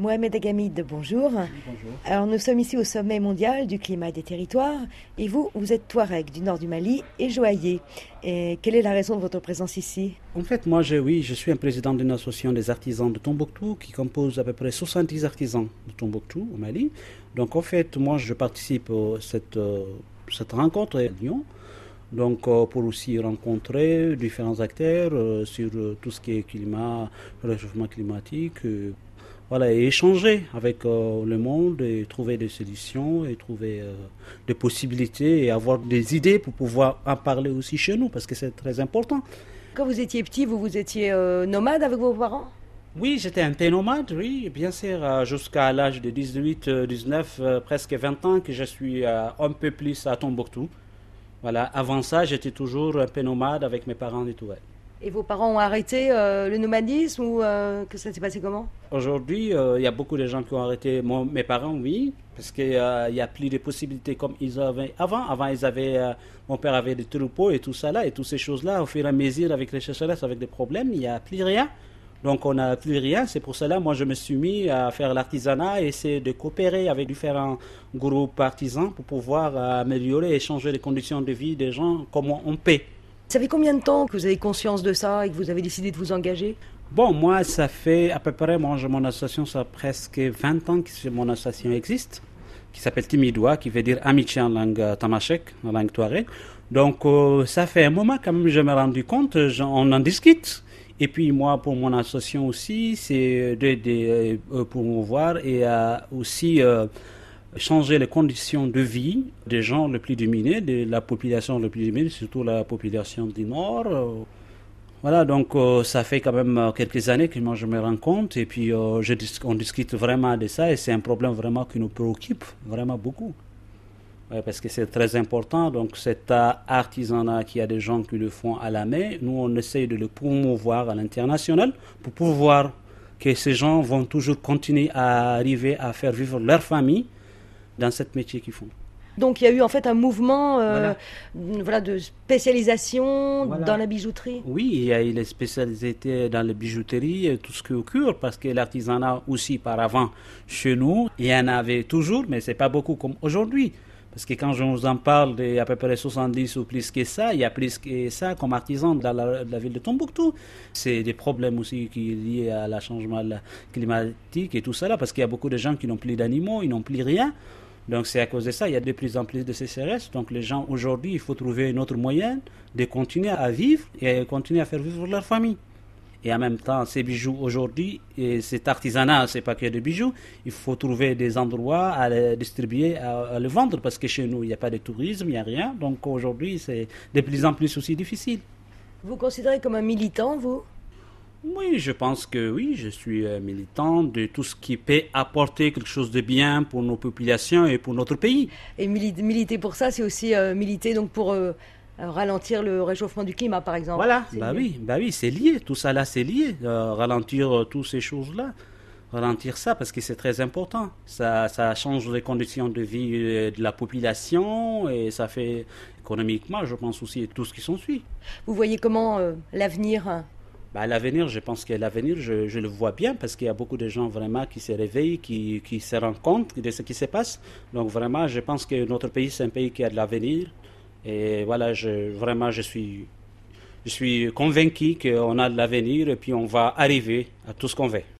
Mohamed Agamid, bonjour. Bonjour. Alors nous sommes ici au sommet mondial du climat et des territoires et vous êtes Touareg du nord du Mali et joaillier. Et quelle est la raison de votre présence ici? En fait, moi, je suis un président d'une association des artisans de Tombouctou qui compose à peu près 70 artisans de Tombouctou au Mali. Donc en fait, moi, je participe à cette rencontre à Lyon. Donc pour aussi rencontrer différents acteurs sur tout ce qui est climat, réchauffement climatique. Voilà, et échanger avec le monde et trouver des solutions et trouver des possibilités et avoir des idées pour pouvoir en parler aussi chez nous parce que c'est très important. Quand vous étiez petit, vous étiez nomade avec vos parents? Oui, j'étais un peu nomade, oui, bien sûr, jusqu'à l'âge de 18, 19, presque 20 ans que je suis un peu plus à Tombouctou. Voilà, avant ça, j'étais toujours un peu nomade avec mes parents et tout. Ouais. Et vos parents ont arrêté le nomadisme ou que ça s'est passé comment? Aujourd'hui, il y a beaucoup de gens qui ont arrêté. Mes parents, oui, parce qu'il n'y a plus de possibilités comme ils avaient avant. Avant, mon père avait des troupeaux et tout ça là, et toutes ces choses-là, au fur et à mesure, avec les sécheresses, avec des problèmes, il n'y a plus rien. Donc, on n'a plus rien. C'est pour cela, moi, je me suis mis à faire l'artisanat et essayer de coopérer avec différents groupes artisans pour pouvoir améliorer et changer les conditions de vie des gens, comment on paie. Ça fait combien de temps que vous avez conscience de ça et que vous avez décidé de vous engager? Bon, moi, ça fait à peu près, mon association, ça a presque 20 ans que mon association existe, qui s'appelle Timidoua, qui veut dire amitié en langue tamashek, en langue touareg. Donc, ça fait un moment quand même, je me suis rendu compte, on en discute. Et puis, moi, pour mon association aussi, c'est de promouvoir et aussi changer les conditions de vie des gens les plus démunis, de la population les plus démunie, surtout la population du Nord. Voilà, donc ça fait quand même quelques années que moi je me rends compte et puis on discute vraiment de ça et c'est un problème vraiment qui nous préoccupe vraiment beaucoup. Ouais, parce que c'est très important, donc cet artisanat qu'il y a des gens qui le font à la main, nous on essaye de le promouvoir à l'international pour pouvoir que ces gens vont toujours continuer à arriver à faire vivre leur famille dans ce métier qu'ils font. Donc il y a eu en fait un mouvement de spécialisation Voilà. dans la bijouterie. Oui, il y a eu les spécialités dans la bijouterie et tout ce qui occure, parce que l'artisanat aussi par avant, chez nous, il y en avait toujours, mais ce n'est pas beaucoup comme aujourd'hui. Parce que quand je vous en parle d'à peu près 70 ou plus que ça, il y a plus que ça comme artisan dans la ville de Tombouctou. C'est des problèmes aussi qui sont liés à la changement climatique et tout ça là, parce qu'il y a beaucoup de gens qui n'ont plus d'animaux, ils n'ont plus rien. Donc c'est à cause de ça, il y a de plus en plus de sécheresse. Donc les gens aujourd'hui, il faut trouver un autre moyen de continuer à vivre et continuer à faire vivre leur famille. Et en même temps, ces bijoux aujourd'hui, et cet artisanat, c'est pas que des bijoux, il faut trouver des endroits à les distribuer, à les vendre, parce que chez nous, il n'y a pas de tourisme, il n'y a rien. Donc aujourd'hui, c'est de plus en plus aussi difficile. Vous considérez comme un militant, vous? Oui, je pense que oui, je suis militant de tout ce qui peut apporter quelque chose de bien pour nos populations et pour notre pays. Et militer pour ça, c'est aussi militer donc pour ralentir le réchauffement du climat, par exemple. Voilà, C'est bah oui, c'est lié, tout ça là, c'est lié. Ralentir toutes ces choses-là, ralentir ça parce que c'est très important. Ça change les conditions de vie de la population et ça fait économiquement, je pense aussi, tout ce qui s'ensuit. Vous voyez comment l'avenir L'avenir, je pense que l'avenir, je le vois bien parce qu'il y a beaucoup de gens vraiment qui se réveillent, qui se rendent compte de ce qui se passe. Donc vraiment, je pense que notre pays, c'est un pays qui a de l'avenir. Et voilà, je suis convaincu qu'on a de l'avenir et puis on va arriver à tout ce qu'on veut.